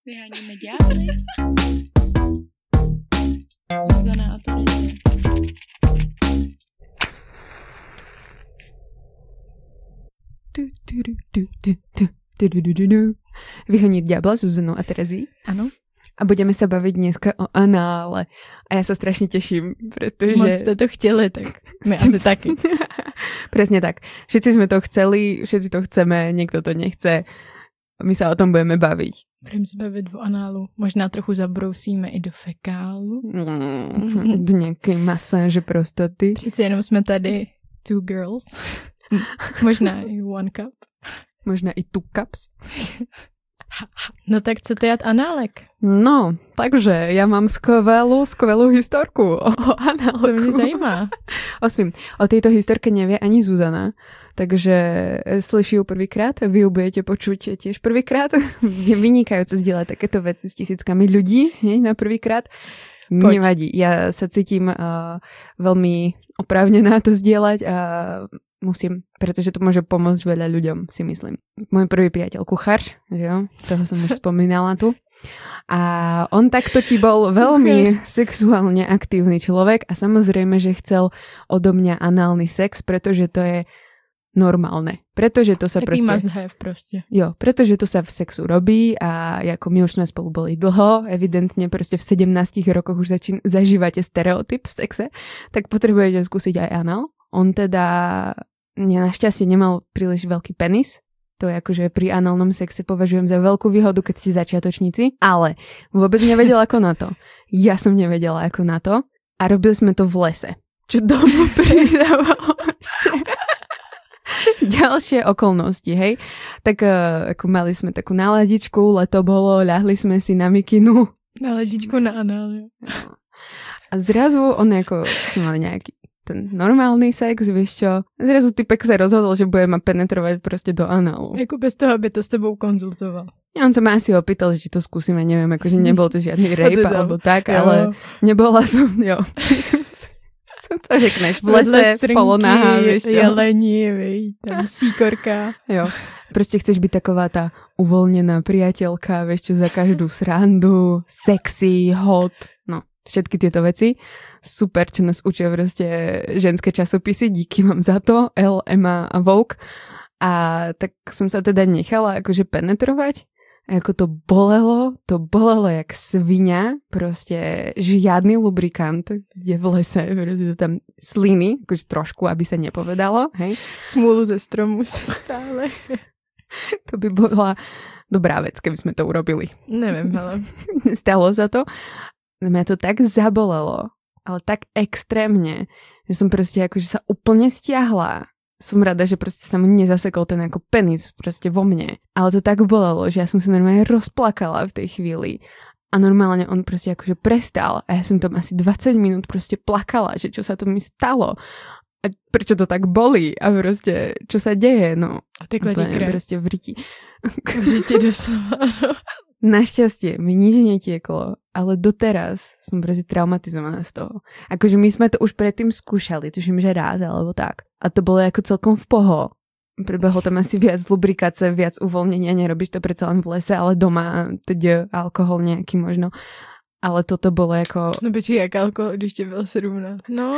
Vyháníme ďábly. Zuzana a Terezie. Vyhonit ďábla Zuzanu a Terezii. Ano. A budeme sa baviť dneska o anále. A ja sa strašne teším, pretože... Moc ste to chtěli, tak my asi taky. Presne tak. Všetci sme to chceli, všetci to chceme, niekto to nechce. My sa o tom budeme baviť. Budeme se bavit o análu. Možná trochu zabrousíme i do fekálu. Do nejakej masáže prostaty. Přeci jenom jsme tady two girls. Možná i one cup. Možná i two cups. No tak co ty análek? No, takže ja mám skvelú historku o análku. To mě zajímá. Osvím, o tejto historke nevie ani Zuzana, takže slyší ju prvýkrát, vy ju budete počuť tiež prvýkrát. Je vynikajúco zdieľať takéto veci s tisíckami ľudí, nie? Na prvýkrát. Nevadí, ja sa cítim veľmi oprávnená to zdieľať a musím, pretože to môže pomôcť veľa ľuďom, si myslím. Môj prvý priateľ kuchár, že jo, toho som už spomínala tu. A on takto ti bol veľmi sexuálne aktívny človek a samozrejme, že chcel odo mňa análny sex, pretože to je normálne. Pretože to sa taký must have proste. Jo, pretože to sa v sexu robí a ako my už sme spolu boli dlho, evidentne proste v 17 rokoch už zažívate stereotyp v sexe, tak potrebujete skúsiť aj anál. On teda našťastie nemal príliš veľký penis. To je akože pri análnom sexe považujem za veľkú výhodu, keď ste začiatočníci. Ale vôbec nevedela ako na to. Ja som nevedela ako na to. A robili sme to v lese. Čo tomu pridávalo ešte ďalšie okolnosti, hej. Tak ako mali sme takú náladičku, leto bolo, ľahli sme si na mikinu. Náladičku na anál. A zrazu on ako mal nejaký ten normálny sex, vieš čo? Zrazu typek sa rozhodol, že bude ma penetrovať proste do análu. Jako bez toho, aby to s tebou konzultoval. Ja, on sa ma asi opýtal, že či to skúsime, neviem, akože nebol to žiadny rape alebo tak, jo. Ale nebola som, jo. Co to řekneš? V lese, polonáha, vieš čo? Jelení, tam síkorka. Jo. Proste chceš byť taková tá uvoľnená priateľka, vieš čo, za každú srandu, sexy, hot, no, všetky tieto veci. Super, čo nás učia proste ženské časopisy, díky vám za to, Elle, Emma a Vogue. A tak som sa teda nechala akože penetrovať. A ako to bolelo jak svinia, proste žiadny lubrikant, kde v lese, proste to tam sliny, akože trošku, aby sa nepovedalo, hej. Smúlu ze stromu sa stále. To by bola dobrá vec, keby sme to urobili. Neviem, ale stalo sa to. Mňa to tak zabolelo, ale tak extrémne, že som proste akože sa úplne stiahla. Som rada, že proste sa mu nezasekol ten ako penis proste vo mne. Ale to tak bolelo, že ja som sa normálne rozplakala v tej chvíli. A normálne on proste akože prestal. A ja som tam asi 20 minút proste plakala, že čo sa to mi stalo. A prečo to tak bolí. A proste, čo sa deje, no. A tekla ti krev. Proste v riti. V riti doslova, no. Našťastie mi nič netieklo, ale doteraz som proste traumatizovaná z toho. Akože my sme to už predtým skúšali, tuším, že raz alebo tak. A to bolo ako celkom v poho. Prebehlo tam asi viac lubrikace, viac uvoľnenia, nerobíš to predsa len v lese, ale doma, teda alkohol nejaký možno. Ale toto bolo ako... No počkej, jak alkohol, když ti bylo 17. No.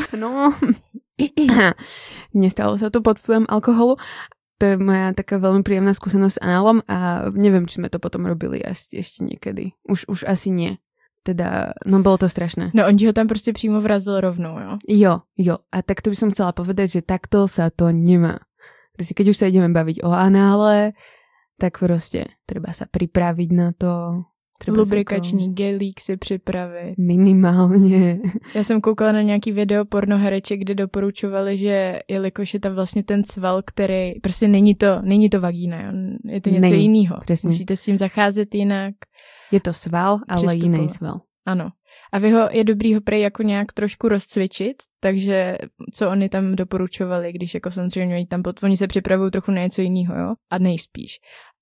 Nestalo sa to pod vplyvom alkoholu. To je moja taká veľmi príjemná skúsenosť s análom a neviem, či sme to potom robili ešte niekedy. Už asi nie. Teda, no bolo to strašné. No on ti ho tam proste přímo vrazil rovnou, jo? Jo. A takto by som chcela povedať, že takto sa to nemá. Proste, keď už sa ideme baviť o anále, tak proste treba sa pripraviť na to. Lubrikační gelík si připravit. Minimálně. Já jsem koukala na nějaký video pornohereček, kde doporučovali, že jelikož je tam vlastně ten sval, který, prostě není to vagína, je to něco jiného. Musíte s tím zacházet jinak. Je to sval, ale jiný sval. Ano. A je dobrý ho prej jako nějak trošku rozcvičit, takže co oni tam doporučovali, když jako samozřejmě tam oni se připravují trochu na něco jiného, jo? A nejspíš.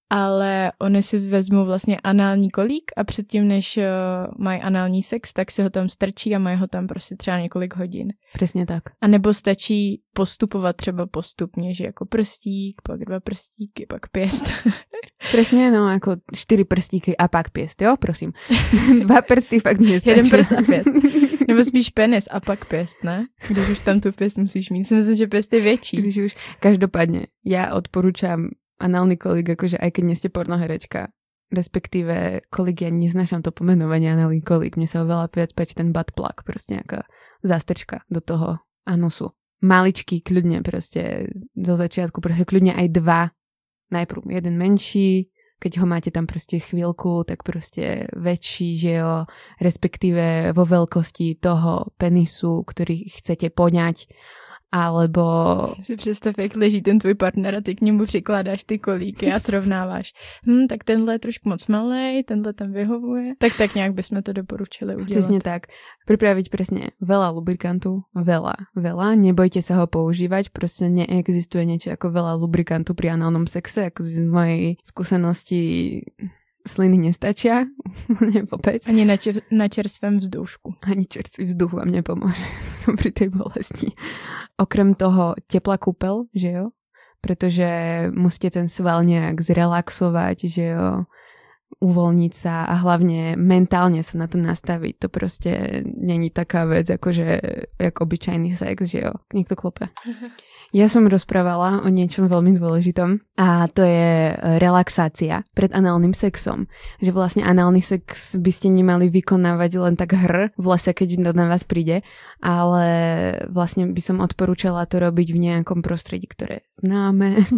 ale oni si vezmou vlastně anální kolík a předtím, než mají anální sex, tak si ho tam strčí a mají ho tam prostě třeba několik hodin. Přesně tak. A nebo stačí postupovat třeba postupně, že jako prstík, pak 2 prstíky, pak pěst. Přesně, no, jako 4 prstíky a pak pěst, jo, prosím. 2 prsty fakt nestačí. 1 prst a pěst. Nebo spíš penis a pak pěst, ne? Když už tam tu pěst musíš mít. Myslím, že pěst je větší. Když už, každopádne, ja odporúčam análny kolík, akože aj keď nie ste pornoherečka, respektíve kolík, ja neznášam to pomenovanie análny kolík, mne sa veľa viac páči ten butt plug, proste nejaká zástrčka do toho anusu. Maličký, kľudne proste do začiatku, proste kľudne aj 2, najprv jeden menší, keď ho máte tam proste chvíľku, tak proste väčší, že jo, respektíve vo veľkosti toho penisu, ktorý chcete poňať, alebo... Si představ, jak leží ten tvůj partner a ty k němu přikládáš ty kolíky a srovnáváš. Tak tenhle je trošku moc malej, tenhle tam vyhovuje. Tak nějak bychom to doporučili udělat. Přesně tak. Pripraviť presne veľa lubrikantu, veľa. Nebojte sa ho používať, proste neexistuje niečo ako veľa lubrikantu pri análnom sexe, ako z mojej skúsenosti sliny nestačia, vôbec. Ani na čerstvém vzdušku. Ani čerstvý vzduch vám nepomôže pri tej bolesti. Okrem toho teplá kúpeľ, že jo? Pretože musíte ten sval nejak zrelaxovať, že jo? Uvoľniť sa a hlavne mentálne sa na to nastaviť. To proste není taká vec, akože jak obyčajný sex, že jo? Niekto klope. Ja som rozprávala o niečom veľmi dôležitom a to je relaxácia pred análnym sexom. Že vlastne análny sex by ste nemali vykonávať len tak v lese, keď na vás príde, ale vlastne by som odporúčala to robiť v nejakom prostredí, ktoré známe.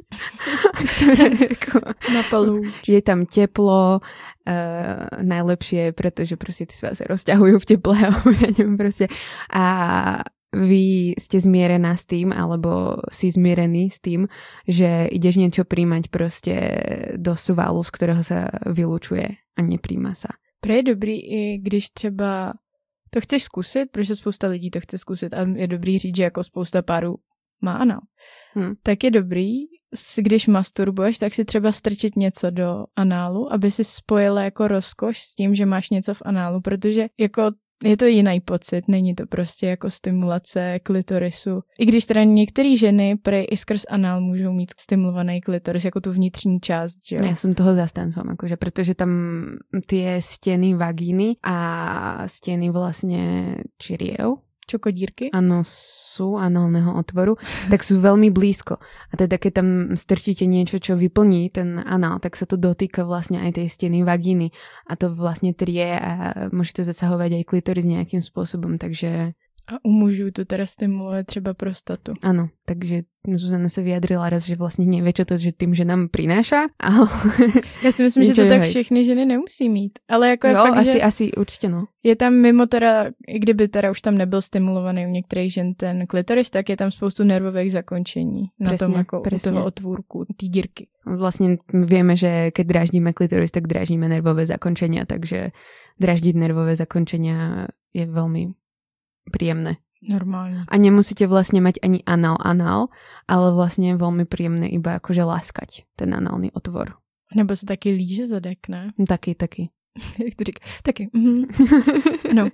Na polu. Je tam teplo, najlepšie, pretože proste tí sa rozťahujú v teple a ja neviem proste. A vy ste zmierená s tým, alebo si zmierený s tým, že ideš niečo príjmať proste do svalu, z ktorého sa vylučuje a nepríjma sa. Je dobrý, i když třeba to chceš zkusit, protože spousta lidí to chce zkusit a je dobrý říct, že jako spousta párů má anal. Tak je dobrý, když masturbuješ, tak si třeba strčit něco do análu, aby si spojila jako rozkoš s tím, že máš něco v análu, protože jako je to jiný pocit, není to prostě jako stimulace klitorisu. I když teda některé ženy prej i skrz anál můžou mít stimulovaný klitoris, jako tu vnitřní část, že jo? Ja som toho zastancom, akože, pretože tam tie steny vagíny a steny vlastne čiriev, čokodírky? Áno, sú análneho otvoru, tak sú veľmi blízko. A teda keď tam strčíte niečo, čo vyplní ten anál, tak sa to dotýka vlastne aj tej steny vagíny a to vlastne trie a môže to zasahovať aj klitoris nejakým spôsobom, takže... A u mužů to teda stimuluje třeba prostatu. Áno, takže Zuzana sa vyjadrila raz, že vlastne nevie, čo to, že tým, že nám prináša. Ale... Já si myslím, že to tak všechny ženy nemusí mít. Ale jako je jo, fakt, že asi určitě no. Je tam mimo teda, i kdyby teda už tam nebyl stimulovaný u některých žen ten klitoris, tak je tam spoustu nervových zakončení na tom jako u toho otvůrku, té dírky. Vlastne vieme, že keď dráždíme klitoris, tak dráždíme nervové zakončenia, takže dráždiť nervové zakončenia je veľmi príjemné. Normálne. A nemusíte vlastne mať ani anál, ale vlastne je veľmi príjemné iba akože láskať ten análny otvor. Nebo sa taky líže zadek, ne? Taky. Jak to říká? Taky. No.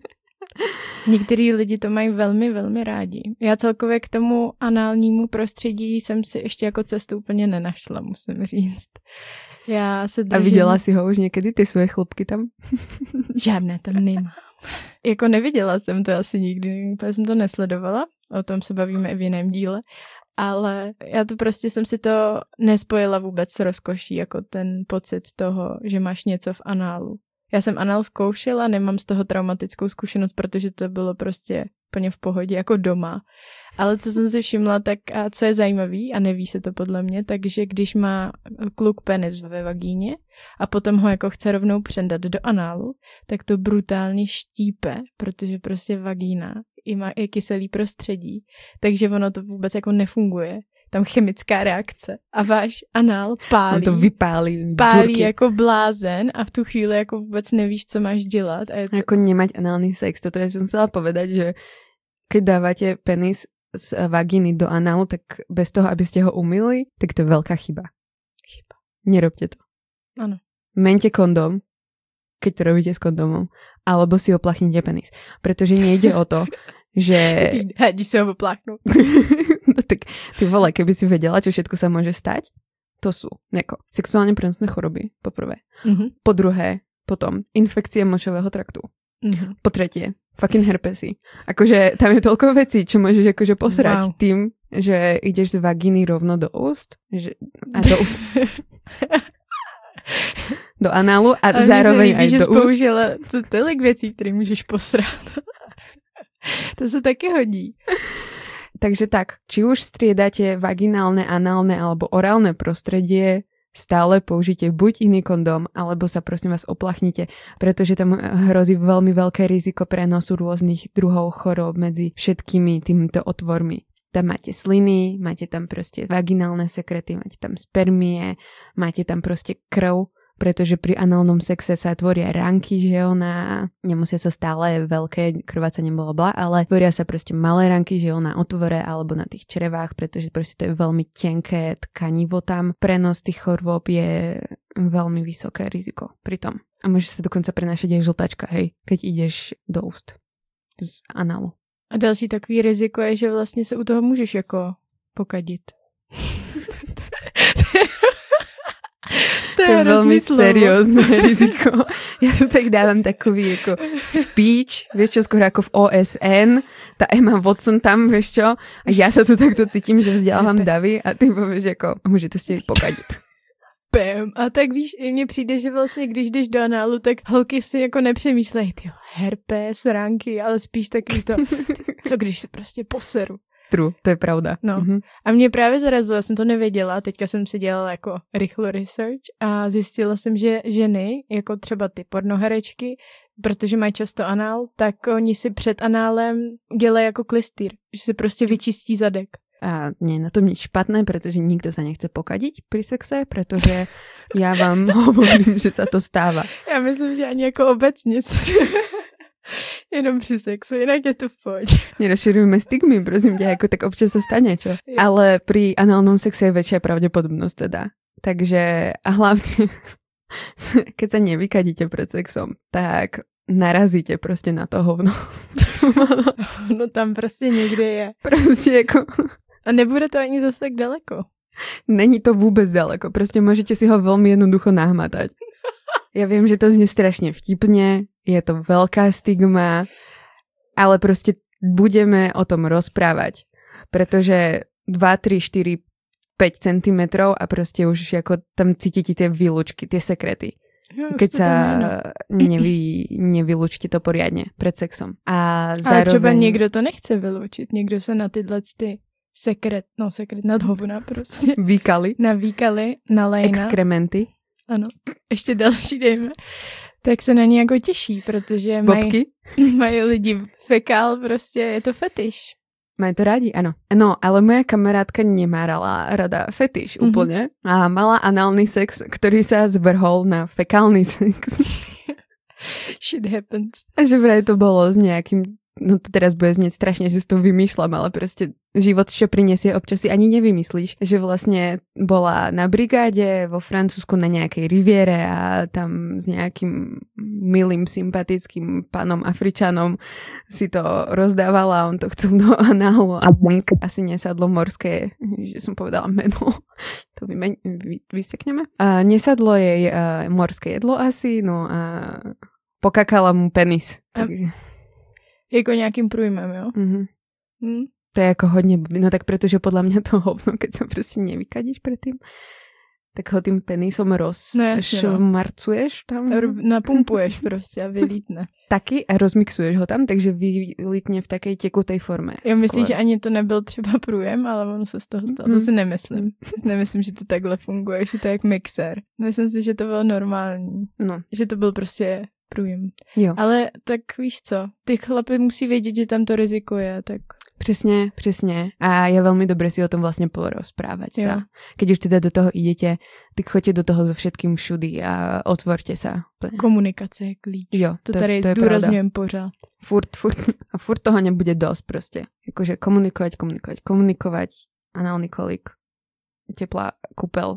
Některý lidi to mají velmi, velmi rádi. Já celkově k tomu análnímu prostředí jsem si ještě jako cestu úplně nenašla, musím říct. Já se držím... A viděla si ho už někdy, ty svoje chlopky tam? Žádné tam nemám. Jako neviděla jsem to asi nikdy, úplně jsem to nesledovala, o tom se bavíme i v jiném díle, ale já to prostě jsem si to nespojila vůbec s rozkoší, jako ten pocit toho, že máš něco v análu. Já jsem anál zkoušela, nemám z toho traumatickou zkušenost, protože to bylo prostě úplně v pohodě, jako doma. Ale co jsem si všimla, tak a co je zajímavý, a neví se to podle mě, takže když má kluk penis ve vagíně a potom ho jako chce rovnou předat do análu, tak to brutálně štípe, protože prostě vagína má i kyselý prostředí, takže ono to vůbec jako nefunguje. Tam chemická reakce a váš anál pálí. On to vypálí. Pálí jako blázen a v tu chvíli jako vůbec nevíš, co máš dělat. A je to... Jako nemať análny sex. Toto ja som chcela povedať, že keď dávate penis z vagíny do análu, tak bez toho, aby ste ho umyli, tak to je veľká chyba. Nerobte to. Áno. Mente kondóm, keď to robíte s kondomom, alebo si opláchnite penis. Pretože nejde o to, že... Hadi si ho opláchnú. No tak ty vole, keby si vedela, čo všetko sa môže stať, to sú nejako sexuálne prenosné choroby, po prvé. Po druhé, potom infekcie močového traktu. Po tretie, fucking herpesy. Akože tam je toľko vecí, čo môžeš akože posrať tým, že ideš z vagíny rovno do úst. Do úst. Do análu a zároveň aj do úst. Že použila tolik věcí, které můžeš posrát. To se taky hodí. Takže tak, či už striedate vaginálne, análne alebo orálne prostredie, stále použite buď iný kondóm, alebo sa prosím vás oplachnite, pretože tam hrozí veľmi veľké riziko prenosu rôznych druhov chorób medzi všetkými týmito otvormi. Tam máte sliny, máte tam proste vaginálne sekrety, máte tam spermie, máte tam proste krv, pretože pri análnom sexe sa tvoria ranky, že ona, nemusia sa stále veľké krvácanie blablabla, ale tvoria sa proste malé ranky, že na otvore alebo na tých črevách, pretože proste to je veľmi tenké tkanivo tam. Prenos tých chorôb je veľmi vysoké riziko pri tom. A môže sa dokonca prenášať aj žltačka, hej, keď ideš do úst z análu. A další takový riziko je, že vlastně se u toho můžeš jako pokadit. To je veľmi seriózne riziko. Ja tu tak dávam takový ako speech, vieš čo, skoro ako v OSN, tá Emma Watson tam, vieš čo, a ja sa tu takto cítim, že vzdělávam davy a ty povieš ako, môžete si pokadiť. A tak víš, mně přijde, že vlastně, když jdeš do análu, tak holky si jako nepřemýšlejí, ty herpes, ránky, ale spíš takový to, co když se prostě poseru. True, to je pravda. No. A mě právě zarazilo, já jsem to nevěděla, teďka jsem si dělala jako rychlo research a zjistila jsem, že ženy, jako třeba ty pornoherečky, protože mají často anál, tak oni si před análem dělají jako klystýr, že si prostě vyčistí zadek. A nie je na tom nič špatné, pretože nikto sa nechce pokadiť pri sexe, pretože ja vám hovorím, že sa to stáva. Já myslím, že ani jako obecně. Jenom při sexu, jinak je to v pohodě. Nerozširujme stigmy, prosím ťa, ako tak občas sa stane, čo? Jo. Ale pri análnom sexe je väčšia pravdepodobnosť teda. Takže, a hlavne, keď sa nevykadíte pred sexom, tak narazíte proste na to hovno. No tam prostě někde je. Proste ako... A nebude to ani zase tak daleko. Není to vôbec daleko, proste môžete si ho veľmi jednoducho nahmatať. Ja viem, že to znie strašne vtipne, je to veľká stigma, ale proste budeme o tom rozprávať, pretože 2, 3, 4, 5 cm a proste už ako tam cítite tie výlučky, tie sekrety. Jo, keď sa nevylučte to poriadne pred sexom. A zároveň... Ale třeba niekto to nechce vylučiť, niekto sa na tyhle sekret nad hovna prostě. Navíkali na lejna. Exkrementy. Ano, ještě další dejme. Tak se na ně jako těší, protože mají lidi fekál, prostě je to fetiš. Mají to rádi, ano. No, ale moja kamarátka nemárala rada fetiš úplne a mala análny sex, ktorý sa zvrhol na fekálny sex. Shit happens. A že vraj to bolo s nejakým, no to teraz bude znieť strašne, že si to vymýšľam, ale proste život, čo prinesie, občas si ani nevymyslíš, že vlastne bola na brigáde vo Francúzsku na nejakej riviere a tam s nejakým milým, sympatickým pánom Afričanom si to rozdávala a on to chcel do análu a asi nesadlo morské, že som povedala meno, to vysekneme. A nesadlo jej morské jedlo asi, no a pokakala mu penis. Takže... Jako nejakým prújmem, jo? To je ako hodne, no tak pretože podľa mňa to hovno, keď sa proste nevykadíš predtým, tak ho tým penisom rozšmarcuješ tam. Napumpuješ proste a vylítne. Taky a rozmixuješ ho tam, takže vylítne v takej tekutej forme. Já myslím, že ani to nebyl třeba průjem, ale ono se z toho stalo. To si nemyslím. Nemyslím, že to takhle funguje, že to je jak mixer. Myslím si, že to bylo normální. No. Že to byl prostě průjem. Jo. Ale tak víš co, ty chlapi musí vědět, že tam to riziko je, tak... Presne. A je veľmi dobre si o tom vlastne porozprávať sa. Keď už teda do toho idete, tak choďte do toho so všetkým všudy a otvorte sa. Komunikace je klíč. Jo, to tady zdôrazňujem pořád. Furt toho nebude dosť proste. Akože komunikovať, análny kolik, teplá kúpeľ,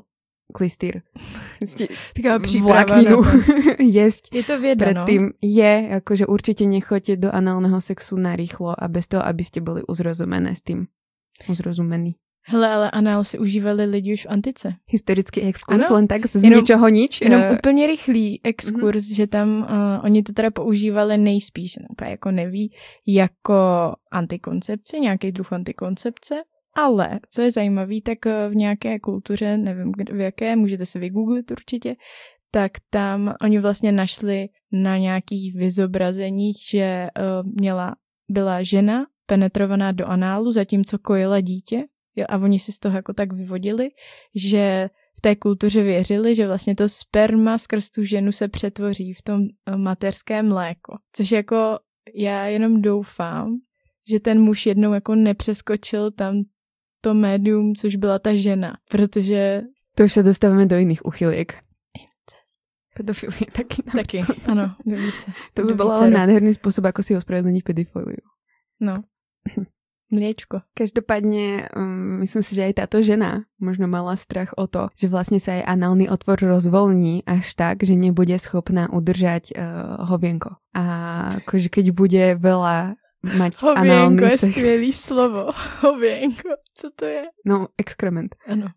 klystýr. Taká příprava. Jesť. Je to věda, predtým je, akože určite nechoďte do análneho sexu narýchlo a bez toho, aby ste boli uzrozumené s tým. Uzrozumení. Hele, ale anál si užívali lidi už v antice. Historický exkurs, len tak z ničoho nič. Jenom úplně rychlý exkurs, že tam oni to teda používali nejspíš, jako neví, jako antikoncepci, nějaký druh antikoncepce, ale co je zajímavý, tak v nějaké kultuře, nevím v jaké, můžete se vygooglit určitě, tak tam oni vlastně našli na nějakých vyzobrazeních, že byla žena penetrovaná do análu, zatímco kojila dítě. A oni si z toho jako tak vyvodili, že v té kultuře věřili, že vlastně to sperma skrz tu ženu se přetvoří v tom mateřské mléko. Což jako já jenom doufám, že ten muž jednou jako nepřeskočil tam to médium, což byla ta žena, protože... To už se dostáváme do jiných uchyliek. Incest. Pedofilie taky. Taky, ano, do více. To by byl ale nádherný způsob, ako si ospravedlniť pedofiliu. No. Mliečko. Každopádne myslím si, že aj táto žena možno mala strach o to, že vlastne sa jej análny otvor rozvoľní až tak, že nebude schopná udržať hovienko. A akože keď bude veľa mať análny sex... Hovienko je skvělý slovo. Hovienko. Co to je? No, exkrement. Ano.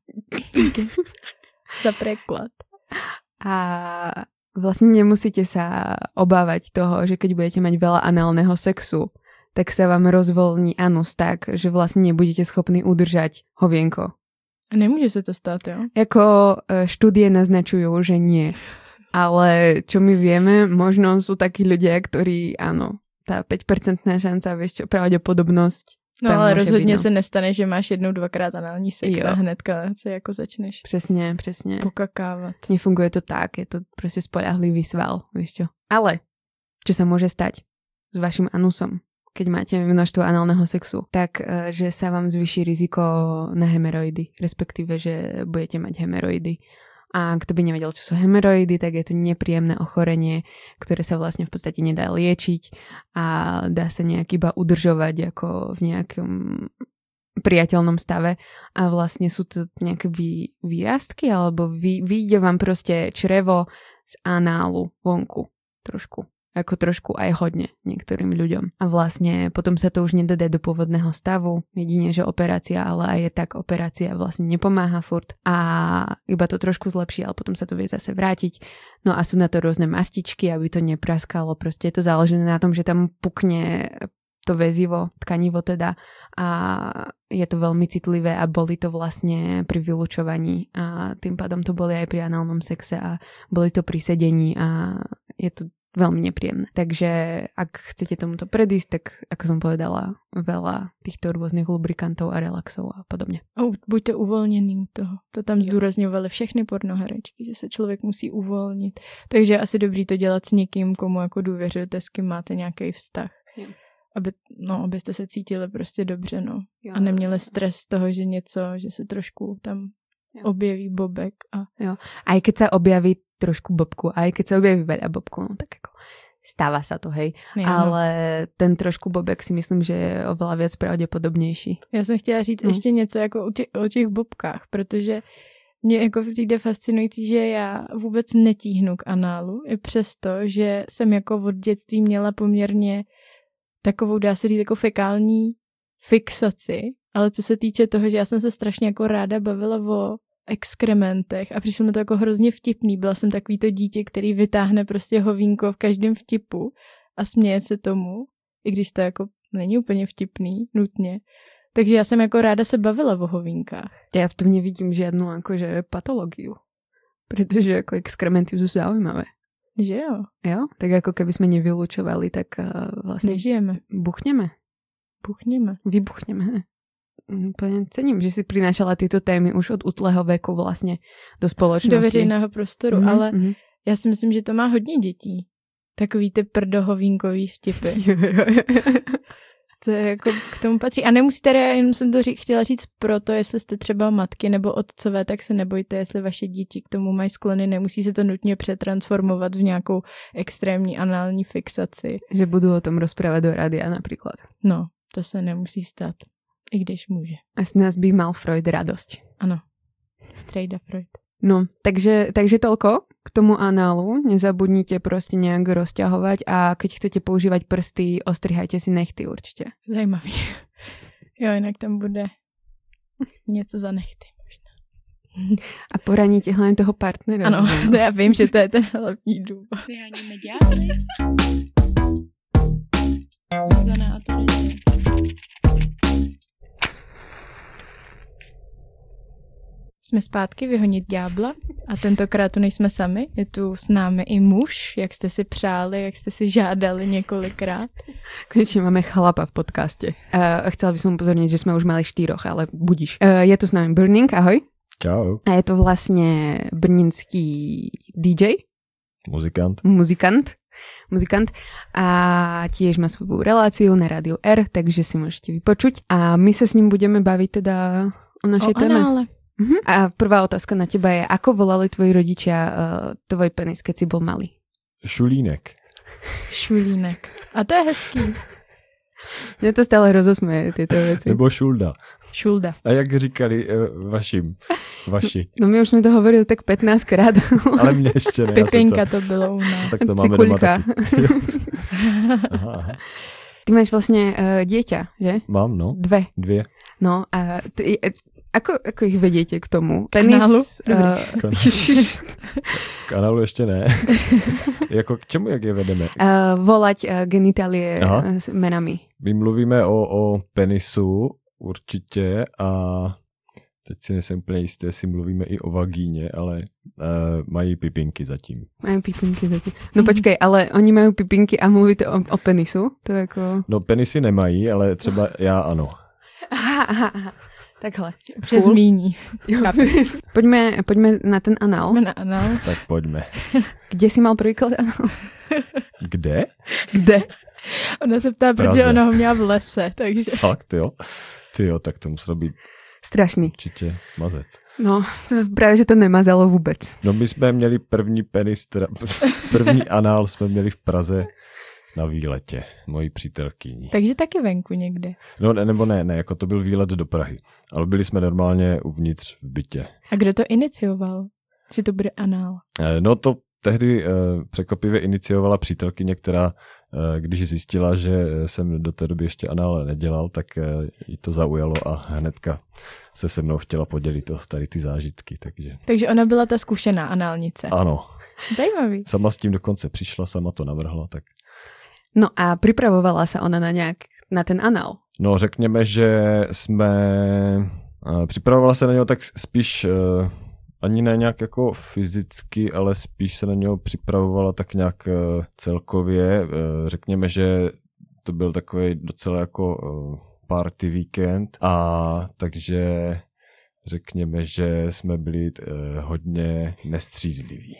Za preklad. A vlastne nemusíte sa obávať toho, že keď budete mať veľa análneho sexu, tak sa vám rozvolní anus tak, že vlastne nebudete schopní udržať hovienko. A nemôže sa to stať, jo? Jako štúdie naznačujú, že nie. Ale čo my vieme, možno sú takí ľudia, ktorí, áno, tá 5% šanca, vieš čo, pravdepodobnosť. No ale rozhodně se nestane, že máš jednou, dvakrát anální sex a hnedka se jako začneš Přesně. pokakávat. Nefunguje to tak, je to prostě spoľahlivý sval, vieš čo. Ale čo sa môže stať s vašim anusom, keď máte množstvo análneho sexu, tak že sa vám zvýši riziko na hemeroidy, respektíve, že budete mať hemeroidy. A kto by nevedel, čo sú hemeroidy, tak je to nepríjemné ochorenie, ktoré sa vlastne v podstate nedá liečiť a dá sa nejak iba udržovať ako v nejakom priateľnom stave a vlastne sú to nejaké výrastky alebo vyjde vám proste črevo z análu vonku trošku. Ako trošku aj hodne niektorým ľuďom. A vlastne potom sa to už nedá do pôvodného stavu, jedine, že operácia, ale aj je tak operácia vlastne nepomáha furt a iba to trošku zlepší, ale potom sa to vie zase vrátiť. No a sú na to rôzne mastičky, aby to nepraskalo, proste je to záležené na tom, že tam pukne to väzivo, tkanivo teda a je to veľmi citlivé a boli to vlastne pri vylučovaní a tým pádom to boli aj pri análnom sexe a boli to pri sedení a je to veľmi nepríjemné. Takže ak chcete tomuto predísť, tak ako som povedala, veľa týchto rôznych lubrikantov a relaxov a podobne. Buďte uvolněný u toho. To tam zdůrazňovali všechny pornoherečky, že se člověk musí uvolnit. Takže je asi dobrý to dělat s někým, komu jako důvěřujete, s kým máte nějaký vztah. Jo. Abyste se cítili prostě dobře, no. Jo. A neměli stres z toho, že že se trošku tam objeví bobek. Jo. Aj keď sa objaví trošku bobku, aj keď sa objaví veľa bobku, no tak ako stáva sa to, hej. Ja, ale ten trošku bobek si myslím, že je oveľa viac pravděpodobnější. Já jsem chtěla říct ještě něco jako o těch bobkách, protože mě jako přijde fascinující, že já vůbec netíhnu k análu, i přesto, že jsem jako od dětství měla poměrně takovou, dá se říct, jako fekální fixaci, ale co se týče toho, že já jsem se strašně jako ráda bavila o exkrementech a přišlo mi to jako hrozně vtipný. Byla jsem takový to dítě, který vytáhne prostě hovínko v každém vtipu a směje se tomu, i když to jako není úplně vtipný, nutně. Takže já jsem jako ráda se bavila o hovínkách. Já v tom nevidím žádnou jakože patologii, protože jako exkrementy jsou zaujímavé. Že jo? Jo? Tak jako keby jsme nevylučovali, tak vlastně... Nežijeme. Buchneme. Vybuchneme. Úplne cením, že si prinášala tieto témy už od útleho veku vlastne do spoločnosti. Do veřejného prostoru, ale já si myslím, že to má hodně dětí. Takový ty prdohovínkový vtipy. To je jako k tomu patří. A nemusíte, jenom jsem to chtěla říct proto, jestli jste třeba matky nebo otcové, tak se nebojte, jestli vaše děti k tomu mají sklony, nemusí se to nutně přetransformovat v nějakou extrémní anální fixaci. Že budu o tom rozprávať do rádia napríklad. No, to se nemusí stát. I když může. A z nás by mal Freud radosť. Ano. Strejda Freud. No, takže toľko k tomu análu. Nezabudnite proste nejak rozťahovať a keď chcete používať prsty, ostrihajte si nechty určite. Zajímavý. Jo, jinak tam bude něco za nechty. A poraníte hlavne toho partnera. Ano, to já vím, že to je ten hlavní důvod. Vyháníme ďábly. Zuzana a Tereza. Jsme zpátky vyhonit ďábla a tentokrát tu nejsme sami, je tu s námi i muž, jak jste si přáli, jak jste si žádali několikrát. Konečne máme chlapa v podcaste. Chcela by som upozorniť, že sme už mali 4, ale budíš. Je tu s nami Burning, ahoj. Čau. A je to vlastne brněnský DJ. Muzikant. A tiež má svoju reláciu na Rádiu R, takže si môžete vypočuť. A my sa s ním budeme baviť teda o našej téme. A prvá otázka na teba je, ako volali tvoji rodičia tvoj penis, keď si bol malý? Šulínek. A to je hezký. Mňa to stále rozosmeje, tieto veci. Nebo šulda. Šulda. A jak říkali vaši? No my už sme to hovorili tak 15 krát. Ale mne ešte ne. Pipinka to bylo u nás. Tak to máme doma taky. Aha. Ty máš vlastne dieťa, že? Mám, no. 2. No a ako ich vediete k tomu? Kanálu? Kanálu ešte ne. Jako k čemu, jak je vedeme? Volať genitálie s menami. My mluvíme o penisu určitě a teď si nejsem úplně jistý, jestli mluvíme i o vagíně, ale mají pipinky zatím. No počkej, ale oni mají pipinky a mluvíte o penisu? To je jako... No penisy nemají, ale třeba já ano. Aha. Takhle. Přes míní. Poďme na ten anál. Na anál. Tak poďme. Kde si mal prvýkrát anál? Kde? Ona se ptá, protože ona ho měla v lese, takže... Fakt, jo? Tyjo, tak to muselo být strašný. Určitě mazec. No, právě, že to nemazalo vůbec. No my jsme měli první penis, první anál jsme měli v Praze na výletě, mojí přítelkyní. Takže taky venku někde. No nebo ne, jako to byl výlet do Prahy, ale byli jsme normálně uvnitř v bytě. A kdo to inicioval, že to bude anál? No to tehdy překvapivě iniciovala přítelkyně, která když zjistila, že jsem do té doby ještě anál nedělal, tak jí to zaujalo a hnedka se mnou chtěla podělit o tady ty zážitky. Takže ona byla ta zkušená análnice. Ano. Zajímavý. Sama s tím dokonce přišla, sama to navrhla. Tak. No a připravovala se ona na ten anál? No řekněme, že připravovala se na něho tak spíš ani ne nějak jako fyzicky, ale spíš se na něho připravovala tak nějak celkově. Řekněme, že to byl takový docela jako party víkend a takže řekněme, že jsme byli hodně nestřízliví.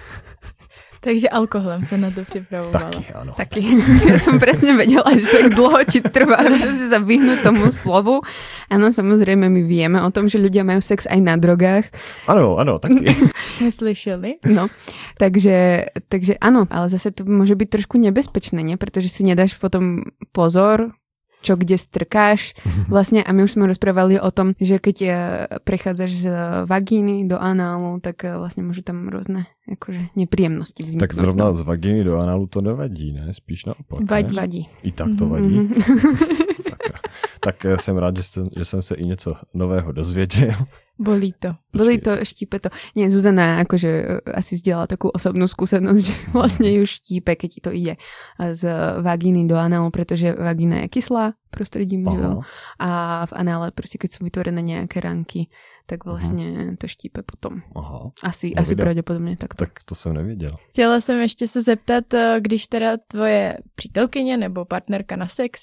Takže alkoholem se na to připravovala. Taky, ano. Taky. Ja som presne vedela, že tak dlho ti trvá si sa vyhnúť tomu slovu. Áno, samozrejme, my vieme o tom, že ľudia majú sex aj na drogách. Áno, taky. Sme slyšeli. No, takže áno, ale zase to môže byť trošku nebezpečné, nie? Pretože si nedáš potom pozor, čo kde strkáš vlastne a my už sme rozprávali o tom, že keď prechádzaš z vagíny do análu, tak vlastne môžu tam rôzne akože nepríjemnosti vzniknúť. Tak zrovna z vagíny do análu to nevadí, ne? Spíš naopak. Vadí. I tak to vadí. Sakra. Tak jsem rád, že jsem se i něco nového dozvěděl. Bolí to, štípe to. Nie, Zuzana akože asi zdieľala takú osobnú skúsenosť, že vlastne ju štípe, keď to ide z vagíny do análu, pretože vagína je kyslá prostredím, a v anále proste keď sú vytvorené nejaké ranky, tak vlastně to štípe potom. Aha. Asi pravděpodobně takto. Tak to jsem nevěděl. Chtěla jsem ještě se zeptat, když teda tvoje přítelkyně nebo partnerka na sex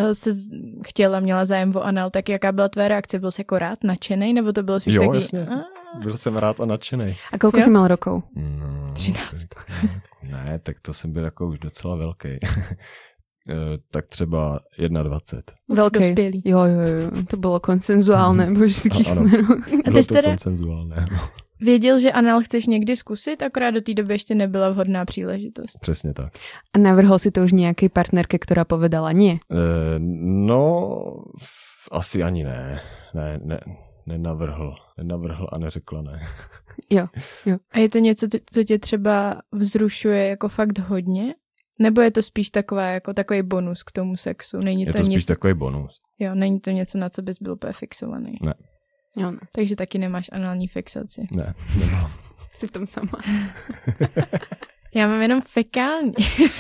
měla zájem o anal, tak jaká byla tvoje reakce? Byl jsi jako rád, nadšenej, nebo to bylo spíš taky? Jo, jasně. Byl jsem rád a nadšenej. A kolik jsi mal rokov? No, 13. Ne, tak to jsem byl jako už docela velký. Tak třeba 21. Velký. Jo, to bylo konsenzuálne vo všetkých smeroch. Bylo to konsenzuálne, no. Věděl, že anal chceš někdy zkusit, akorát do té doby ještě nebyla vhodná příležitost. Přesně tak. A navrhol si to už nějaké partnerke, která povedala nie? No, asi ani ne. nenavrhl a neřekla ne. Jo. A je to něco, co tě třeba vzrušuje jako fakt hodně? Nebo je to spíš takový bonus k tomu sexu? Není Je to spíš takový bonus. Jo, není to něco, na co bys byl úplně fixovaný. Ne. Jo, ne. Takže taky nemáš anální fixaci. Ne, nemám. Jsi v tom sama. Já mám jenom fekální.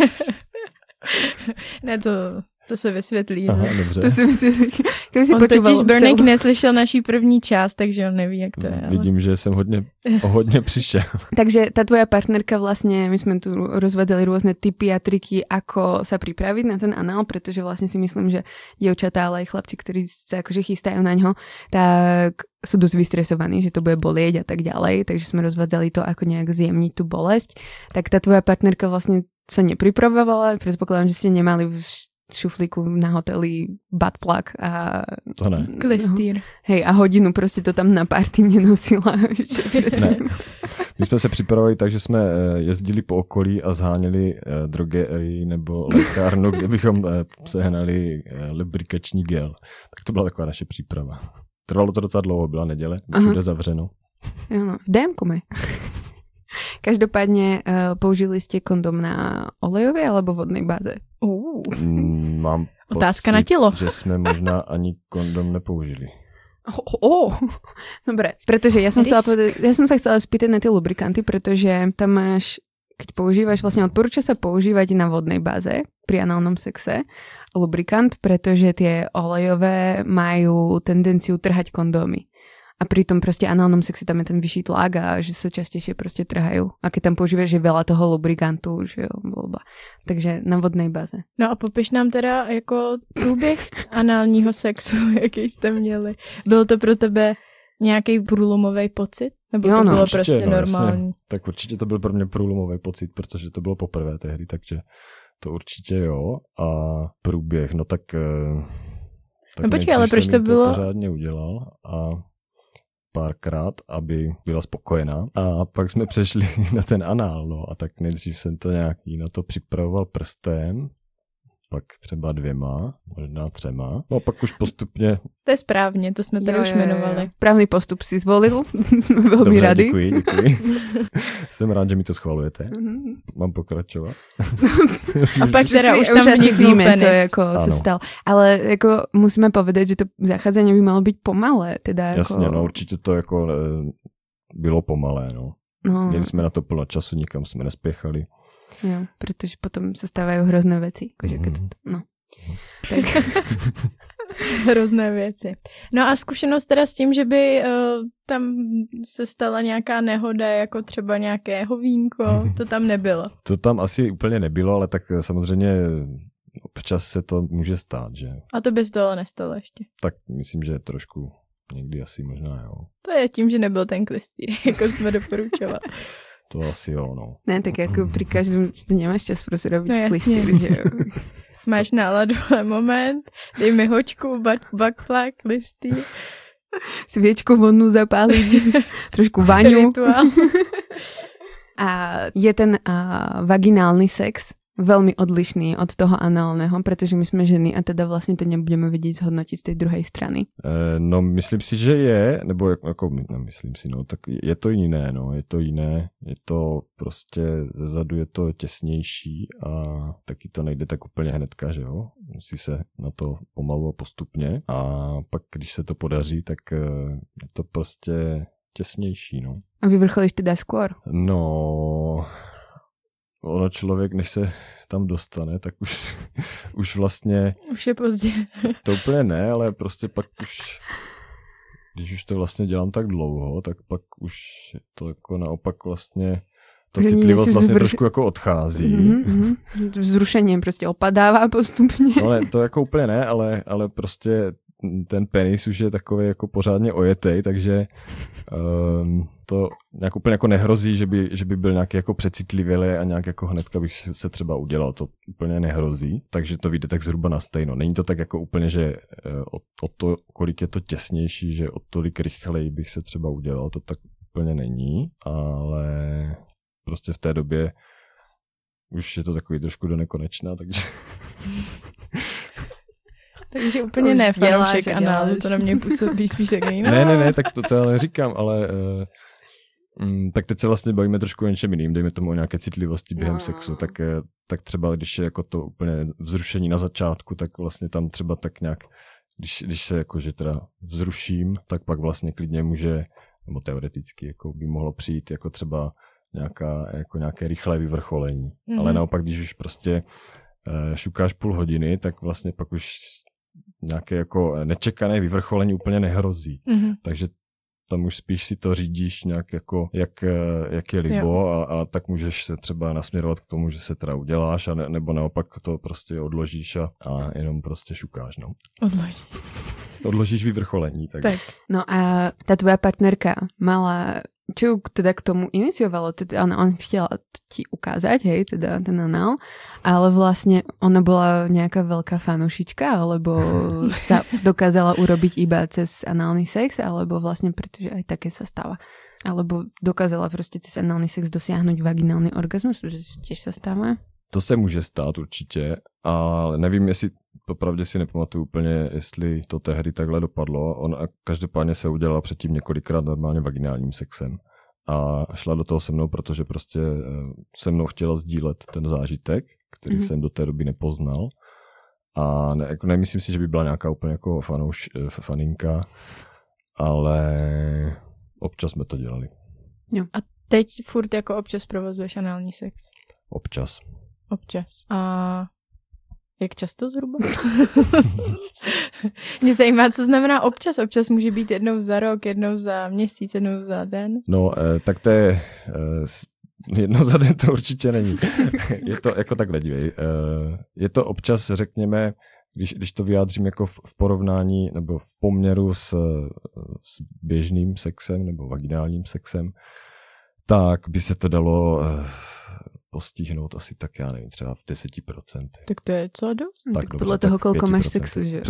Ne, to se vysvětlí. Aha, dobře. To si vysvětlí. On totiž Brnek neslyšel naší první část, takže on neví, jak to je. Vidím, že jsem hodně přišel. Takže tá tvoja partnerka vlastne, my sme tu rozvádzali rôzne tipy a triky, ako sa pripraviť na ten anál, pretože vlastne si myslím, že dievčatá, ale aj chlapci, ktorí sa akože chystajú na ňo, tak sú dosť vystresovaní, že to bude bolieť a tak ďalej, takže sme rozvádzali to, ako nejak zjemniť tú bolesť. Tak tá tvoja partnerka vlastne sa nepripravovala, predpokladám, že ste nemali v šuflíku na hoteli buttplug a... To ne. Klistýr. Hej, a hodinu prostě to tam na party nenosila. Ne. My jsme se připravili tak, že jsme jezdili po okolí a zháněli drogerii nebo lékárnu, kde bychom sehnali lubrikační gel. Tak to byla taková naše příprava. Trvalo to docela dlouho, byla neděle, všude zavřeno. Jo, no, v DMku mi. Každopádne použili ste kondom na olejovej alebo vodnej báze? Mám otázka pocit, na telo. Že jsme možná ani kondom nepoužili. Dobre, pretože ja som sa chcela spýtať na tie lubrikanty, pretože tam máš, keď používaš, vlastne odporúča sa používať na vodnej báze pri análnom sexe lubrikant, pretože tie olejové majú tendenciu trhať kondómy. A pri tom proste análnom sexe tam je ten vyšší tlak a že sa častejšie proste trhajú. A keď tam používaš, že veľa toho lubrikantu, že jo, blbá. Takže na vodnej báze. No a popiš nám teda jako průběh análního sexu, jaký jste měli. Bylo to pro tebe nějaký průlomový pocit? Nebo jo, to bylo určitě, prostě normální? Jasně. Tak určitě to byl pro mě průlomový pocit, protože to bylo poprvé tehdy, takže to určitě jo. A průběh, no tak no počkej, ale proč to bylo? Pořádně udělal a párkrát, aby byla spokojená. A pak jsme přešli na ten anál, no a tak nejdřív jsem to nějaký na to připravoval prstem, pak třeba 2, možná 3. No a pak už postupně... To je správně, to jsme tady už jmenovali. Právný postup si zvolil, jsme velmi dobře, rady. Děkuji. Jsem rád, že mi to schvalujete. Mám pokračovat. A pak teda už tam víme, co jako se stalo. Ale jako musíme povedať, že to zachádzanie by malo byť pomalé. Teda jako... Jasně, no určitě to jako bylo pomalé, no. Měli jsme na to plno času, nikam jsme nespěchali. Jo, protože potom se stávají hrozné věci. Tak. Hrozné věci. No a zkušenost teda s tím, že by tam se stala nějaká nehoda, jako třeba nějakého vínko, to tam nebylo. To tam asi úplně nebylo, ale tak samozřejmě občas se to může stát, že? A to by se to ale nestalo ještě. Tak myslím, že trošku někdy asi možná, jo. To je tím, že nebyl ten klistýr, jako jsme doporučovali. To asi jo, no. Ne, tak jako pri každém, ty nemáš čas prostě robiť no, klistýr, že jo. Máš náladu, ale moment, dej mi hoďku, buttplug, klistýr. Sviečku vodnú zapáliť, trošku vaňu. A je ten vaginálny sex veľmi odlišný od toho análneho, pretože my sme ženy a teda vlastne to nebudeme vedieť zhodnotiť z tej druhej strany. No myslím si, že je, nebo jako myslím si, no tak je to jiné, no, je to prostě zezadu je to těsnější a taky to nejde tak úplně hnedka, že jo, musí se na to pomalu a postupně a pak když se to podaří, tak je to prostě těsnější, no. A vyvrcholíš teda skôr? No... Ono člověk, než se tam dostane, tak už vlastně... Už je pozdě. To úplně ne, ale prostě pak už, když už to vlastně dělám tak dlouho, tak pak už to jako naopak vlastně, ta citlivost vlastně trošku jako odchází. Vzrušením prostě opadává postupně. No ne, to jako úplně ne, ale prostě ten penis už je takový jako pořádně ojetej, takže to nějak úplně jako nehrozí, že by byl nějaký jako přecitlivělý a nějak jako hnedka bych se třeba udělal, to úplně nehrozí, takže to vyjde tak zhruba na stejno. Není to tak jako úplně, že o to, kolik je to těsnější, že o tolik rychleji bych se třeba udělal, to tak úplně není, ale prostě v té době už je to takový trošku do nekonečna, takže... Takže úplně ne fanoušek análu, to na mě působí spíš tak jinak. Ne, tak to ale říkám, ale tak teď se vlastně bavíme trošku o něčem jiným, dejme tomu o nějaké citlivosti během sexu, tak třeba když je jako to úplně vzrušení na začátku, tak vlastně tam třeba tak nějak, když se jakože teda vzruším, tak pak vlastně klidně může, nebo teoreticky jako by mohlo přijít jako třeba nějaké rychlé vyvrcholení. Mm-hmm. Ale naopak, když už prostě šukáš půl hodiny, tak vlastně pak už nějaké jako nečekané vyvrcholení úplně nehrozí. Mm-hmm. Takže tam už spíš si to řídíš nějak jako, jak je libo a tak můžeš se třeba nasměrovat k tomu, že se teda uděláš, nebo naopak to prostě odložíš a jenom prostě šukáš. No. Odložíš vyvrcholení. Tak. No a tá tvoja partnerka mala, čo teda k tomu iniciovalo? Teda on chtěla ti ukázať, hej, teda ten anál, ale vlastne ona bola nejaká veľká fanúšička, alebo sa dokázala urobiť iba cez análny sex, alebo vlastne pretože aj také sa stáva. Alebo dokázala prostě cez análny sex dosiahnuť vaginálny orgasmus, že tiež sa stáva? To se může stát určitě, ale nevím, jestli popravdě si nepamatuju úplně, jestli to tehdy takhle dopadlo. Ona každopádně se udělala předtím několikrát normálně vaginálním sexem a šla do toho se mnou, protože prostě se mnou chtěla sdílet ten zážitek, který jsem do té doby nepoznal. A nemyslím si, že by byla nějaká úplně jako faninka, ale občas jsme to dělali. Jo. A teď furt jako občas provozuješ anální sex? Občas. A jak často zhruba? Mě zajímá, co znamená občas. Občas může být jednou za rok, jednou za měsíc, jednou za den. No, tak to je... jednou za den to určitě není. Je to jako takhle, dívej. Je to občas, řekněme, když to vyjádřím jako v porovnání nebo v poměru s běžným sexem nebo vaginálním sexem, tak by se to dalo postihnout asi tak, já nevím, třeba v 10%. Tak to je co dost? Tak podle toho, kolko máš sexu, že?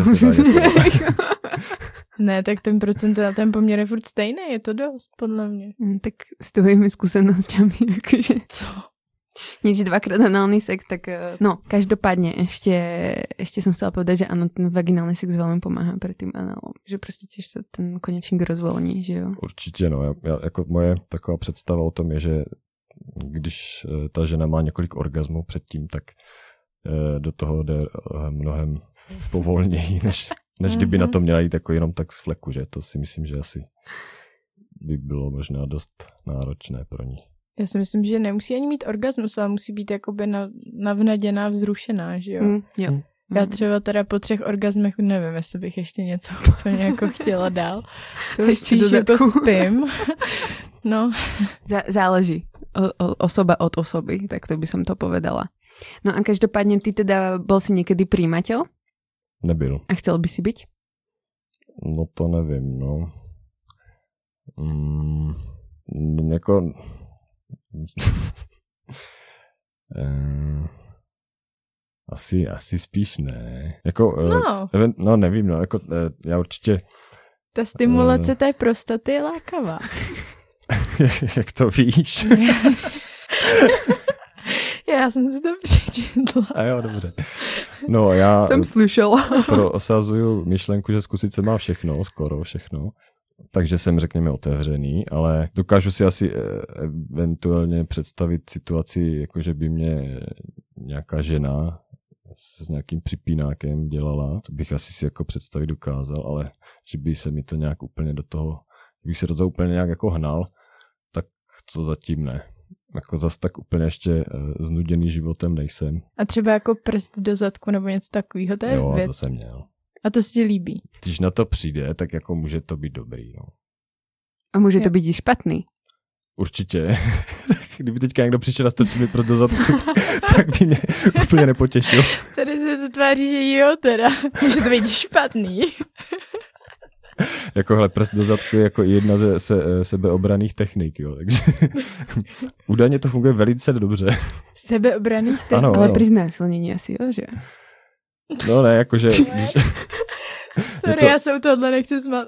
Ne, tak ten procent a ten poměr je furt stejný, je to dost, podle mě. Tak s tvojimi skúsenosťami, jakože... Co? Nič dvakrát análny sex, tak no, každopádne ešte som chcela povedať, že áno, ten vaginálny sex veľmi pomáha pre tým análom, že prostě tiež sa ten konečník rozvolní, že jo? Určitě, no, jako moje taková představa o tom je, že když ta žena má několik orgasmů předtím, tak do toho jde mnohem povolněji, než kdyby na to měla jít jako jenom tak z fleku, že? To si myslím, že asi by bylo možná dost náročné pro ní. Já si myslím, že nemusí ani mít orgasmus, ale musí být jakoby navnaděná, vzrušená, že jo? Jo. Já třeba teda po 3 orgasmech nevím, jestli bych ještě něco úplně jako chtěla dál. To už spíš jako spím. No. Záleží. Osoba od osoby, tak to by som to povedala. No a každopádne ty teda bol si niekedy príjimateľ? Nebyl. A chcel by si byť? No to nevím, no. Jako... asi spíš ne. Jako, no nevím, no, jako já určitě... Ta stimulace té prostaty je lákavá. Jak to víš? Já jsem si to přečetla. A jo, dobře. No, já jsem slyšela. Osazuju myšlenku, že zkusit se má všechno, skoro všechno. Takže jsem, řekněme, otevřený, ale dokážu si asi eventuálně představit situaci, jakože by mě nějaká žena s nějakým připínákem dělala. To bych asi si jako představit dokázal, ale že by se mi to nějak úplně do toho, bych se do toho úplně nějak jako hnal, tak to zatím ne. Jako zas tak úplně ještě znuděný životem nejsem. A třeba jako prst do zadku nebo něco takového, to je jo, věc. To jsem měl. A to si ti líbí? Když na to přijde, tak jako může to být dobrý. No. A může to být i špatný? Určitě. Kdyby teďka někdo přišel a strčil mi prst do zadku, tak by mě úplně nepotěšil. Tady se tváří, že jo teda. Může to být špatný. Jako hele, prst do zadku je jako jedna ze sebeobranných technik, jo, takže údajně to funguje velice dobře. Sebeobranných technik? Ano, ale při znásilnění asi, jo, že? No ne, jakože... Sorry, já se u tohohle nechci smát.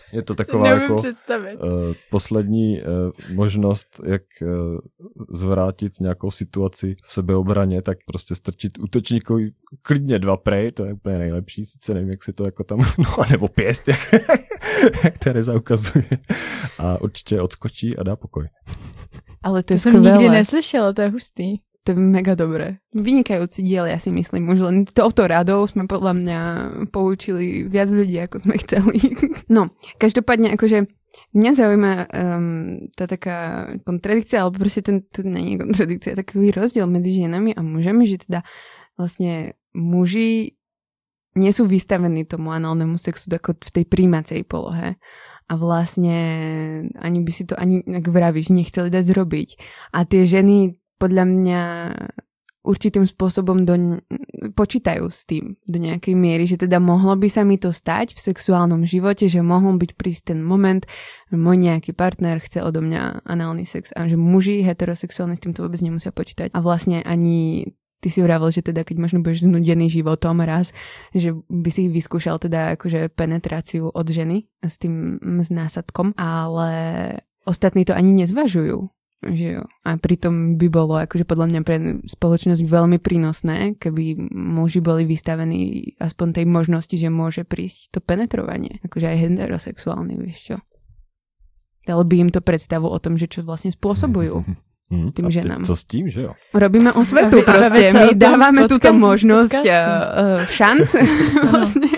Je to taková jako poslední možnost, jak zvrátit nějakou situaci v sebeobraně, tak prostě strčit útočníkovi klidně 2 prej, to je úplně nejlepší, sice nevím, jak si to jako tam, nebo pěst, jak Tereza ukazuje. A určitě odskočí a dá pokoj. Ale to je jsem nikdy neslyšela, to je hustý. To je mega dobré. Vynikajúci diel, ja si myslím. Už len touto radou sme podľa mňa poučili viac ľudí, ako sme chceli. No, každopádne akože mňa zaujíma tá taká kontradikcia, alebo proste to nie je kontradikcia, takový rozdiel medzi ženami a mužami, že teda vlastne muži nie sú vystavení tomu análnemu sexu ako v tej príjmacej polohe. A vlastne ani by si to, ani ak vravíš, nechceli dať zrobiť. A tie ženy podľa mňa určitým spôsobom počítajú s tým do nejakej miery, že teda mohlo by sa mi to stať v sexuálnom živote, že mohol byť prísť ten moment, že môj nejaký partner chce odo mňa análny sex a že muži heterosexuálni s týmto vôbec nemusia počítať. A vlastne ani ty si vravel, že teda keď možno budeš znudený životom raz, že by si vyskúšal teda akože penetráciu od ženy s tým s násadkom, ale ostatní to ani nezvažujú. Že jo. A pritom by bolo akože podľa mňa pre spoločnosť veľmi prínosné, keby muži boli vystavení aspoň tej možnosti, že môže prísť to penetrovanie. Akože aj heterosexuálny, vieš čo. Dalo by im to predstavu o tom, že čo vlastne spôsobujú tým ženám. Co s tím, že jo? Robíme osvetu proste. My dávame túto možnosť šanc vlastne.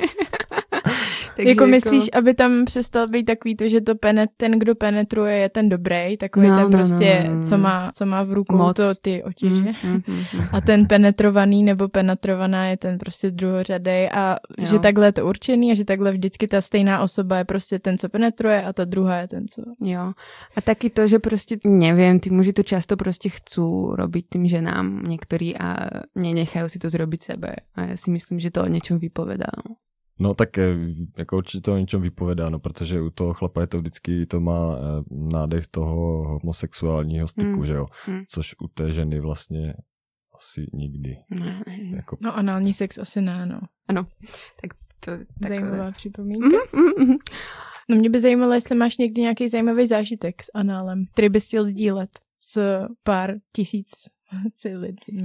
Jako myslíš, aby tam přestal být takový to, že to ten, kdo penetruje, je ten dobrý, takový ten prostě, co má v rukou moc. To ty otěže. A ten penetrovaný nebo penetrovaná je ten prostě druhořadej a že takhle je to určený a že takhle vždycky ta stejná osoba je prostě ten, co penetruje a ta druhá je ten, co... Jo. A taky to, že prostě, neviem, tí muži to často prostě chcú robiť tým ženám niektorí a nenechajú si to zrobiť sebe. A ja si myslím, že to o niečom vypovedá. No tak jako určitě to o něčem vypovedá, no, protože u toho chlapa je to vždycky, to má nádech toho homosexuálního styku, že jo, což u té ženy vlastně asi nikdy. Jako... No anální sex asi ne, no. Ano. Tak to zajímavá připomínka. No mě by zajímalo, jestli máš někdy nějaký zajímavý zážitek s análem, který bys chtěl sdílet s pár tisíc lidmi.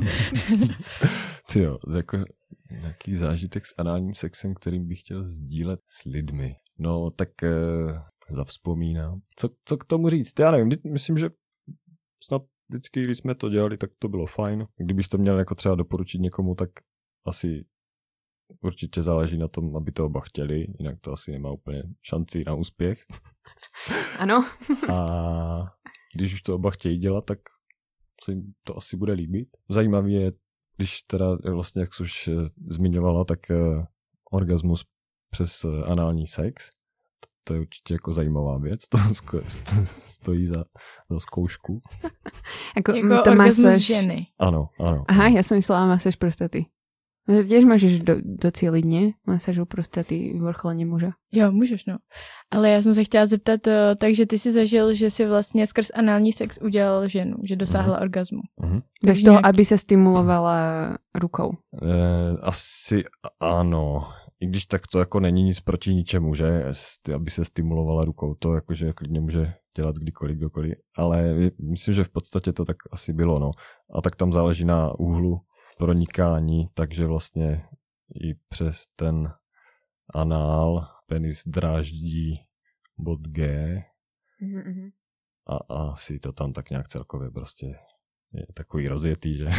Ty jo, jako nějaký zážitek s análním sexem, kterým bych chtěl sdílet s lidmi. No, tak zavzpomínám. Co k tomu říct? Já nevím, myslím, že snad vždycky, když jsme to dělali, tak to bylo fajn. Kdybych to měl jako třeba doporučit někomu, tak asi určitě záleží na tom, aby to oba chtěli, jinak to asi nemá úplně šanci na úspěch. Ano. A když už to oba chtějí dělat, tak se jim to asi bude líbit. Zajímavý je, když teda vlastně, jak jsi už zmiňovala, tak orgasmus přes anální sex, to je určitě jako zajímavá věc, to stojí za zkoušku. Jako to orgasmus ženy. Ano. Aha, já jsem myslela masáž prostaty. Tiež môžeš docieliť, nie? Masážu prostaty, vrcholenie muža. Jo, můžeš, no. Ale já jsem se chtěla zeptat, takže ty si zažil, že si vlastně skrz anální sex udělal ženu, že dosáhla orgazmu. Bez toho, aby se stimulovala rukou. Asi ano. I když tak to jako není nic proti ničemu, že? Aby se stimulovala rukou, to jakože klidně může dělat kdykoliv, kdokoliv. Ale myslím, že v podstatě to tak asi bylo, no. A tak tam záleží na úhlu pronikání, takže vlastně i přes ten anál penis dráždí bod G a asi to tam tak nějak celkově prostě je takový rozjetý, že...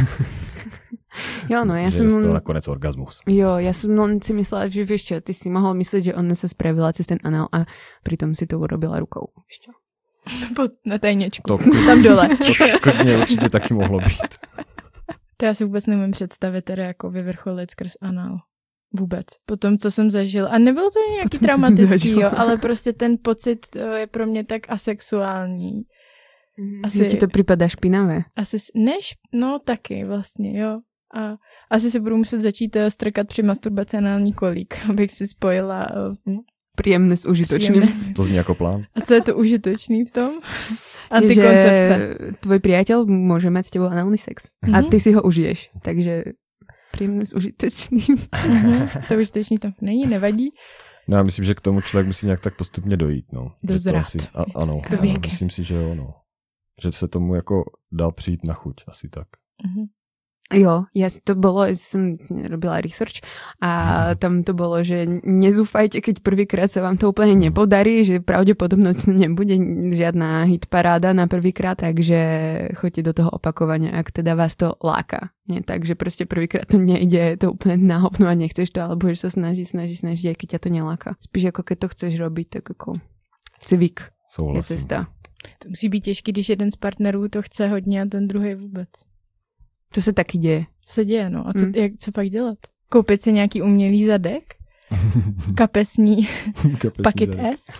Jo, no, ja že som... je to nakonec orgazmus. Jo, ja som si myslela, že vieš čo, ty si mohol myslieť, že ona sa spravila cez ten anál a pritom si to urobila rukou. Vieš čo? Na tajněčku. Tam dole. To klidně určitě taky mohlo být. To já si vůbec nemůžu představit teda jako vyvrcholit skrz anál. Vůbec. Po tom, co jsem zažil. A nebylo to nějaký traumatický, jo, ale prostě ten pocit je pro mě tak asexuální. Asi ti to připadá špinavé. Asi, no taky vlastně, jo. A asi si budu muset začít strkat při masturbaci anální kolík, abych si spojila príjemné s užitočným. To zní jako plán. A co je to užitočný v tom? Antikoncepce. Tvoj priateľ môže mať s tebou análny sex. A ty si ho užiješ. Takže príjemné s užitočným. To užitočný tam není, nevadí. No já myslím, že k tomu člověk musí nějak tak postupně dojít, no. Dozrát. Ano, myslím si, že jo, no. Že se tomu jako dá přijít na chuť, asi tak. Mhm. Jo, to bolo, som robila research a tam to bolo, že nezúfajte, keď prvýkrát sa vám to úplne nepodarí, že pravdepodobne to nebude žiadna hitparáda na prvýkrát, takže choďte do toho opakovania, ak teda vás to láka. Nie tak, že proste prvýkrát to nejde, to úplne na hovno a nechceš to, alebo že sa snažíš, aj keď ťa to neláka. Spíš ako keď to chceš robiť, tak ako cvik je cesta. To musí být těžký, když jeden z partnerů to chce hodně a ten druhý vůbec. To se taky děje. To se děje, no. A co pak dělat? Koupit si nějaký umělý zadek? Kapesní paket S?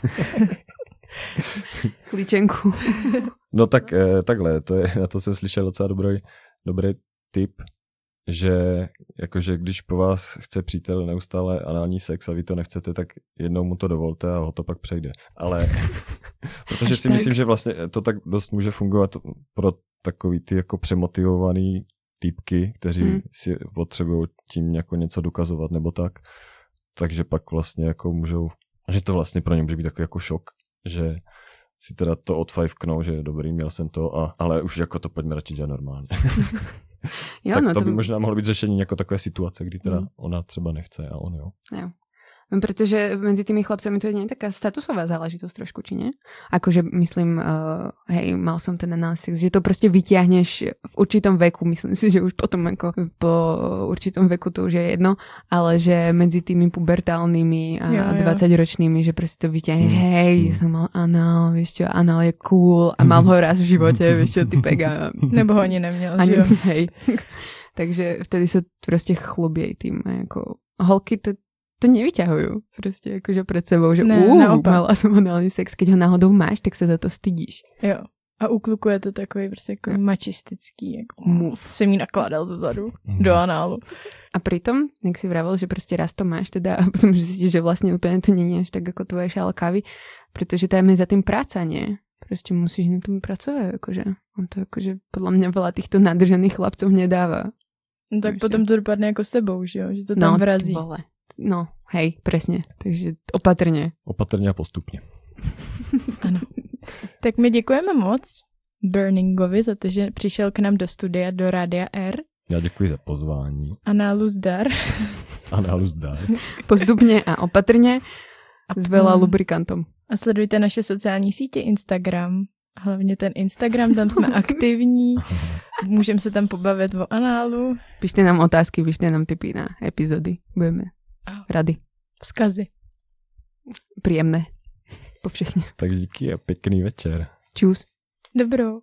Klíčenku. No tak takhle, na to jsem slyšel docela dobrý tip, že jakože když po vás chce přítel neustále anální sex a vy to nechcete, tak jednou mu to dovolte a ho to pak přejde. Ale protože si myslím, že vlastně to tak dost může fungovat pro takový ty jako přemotivovaný týpky, kteří si potřebují tím jako něco dokazovat nebo tak. Takže pak vlastně jako můžou, že to vlastně pro ně může být takový jako šok, že si teda to odfajfknou, že dobrý, měl jsem to, ale už jako to pojďme radši dělat normálně. Jo, tak no to by možná mohlo být řešení jako takové situace, kdy teda ona třeba nechce a on jo. Jo. Pretože medzi tými chlapcami to je nie taká statusová záležitosť trošku, či nie? Akože myslím, hej, mal som ten analysis, že to proste vytiahneš v určitom veku, myslím si, že už potom ako po určitom veku to už je jedno, ale že medzi tými pubertálnymi a 20-ročnými, že proste to vytiahneš, hej, som mal anál, vieš čo, anál je cool a mal ho raz v živote, vieš čo, typek a... Nebo ho ani neměl, že jo? Hej. Takže vtedy sa proste chlubie tým, ako holky to nevyťahujú proste akože pred sebou, že mala som análny sex, keď ho náhodou máš, tak sa za to stydíš. Jo. A u kluku je to takový prostě jako mačistický, jako jsem jí nakládal zezadu do análu. A pritom, jak si vravel, že prostě raz to máš, teda a potom zistíš, že vlastne úplne to nie je až tak ako tvoje šála kávy, pretože tam je za tým práca, nie? Proste musíš na tom pracovať, akože. On to akože podľa mňa veľa týchto nadržených chlapcov nedáva. No tak potom to dopadne jako s tebou, že jo? Že to tam vrazí. No, hej, presne. Takže opatrne. Opatrně a postupně. Ano. Tak my děkujeme moc Burningovi za to, že přišel k nám do studia, do Rádia R. Já děkuji za pozvání. Análu zdar. Análu zdar. Postupně a opatrně s veľa lubrikantom. A sledujte naše sociální sítě, Instagram. Hlavně ten Instagram, tam jsme aktivní. Můžeme se tam pobavit o análu. Píšte nám otázky, píšte nám tipy na epizody. Budeme rady. Vzkazy. Príjemné. Po všechně. Tak díky a pěkný večer. Čus. Dobro.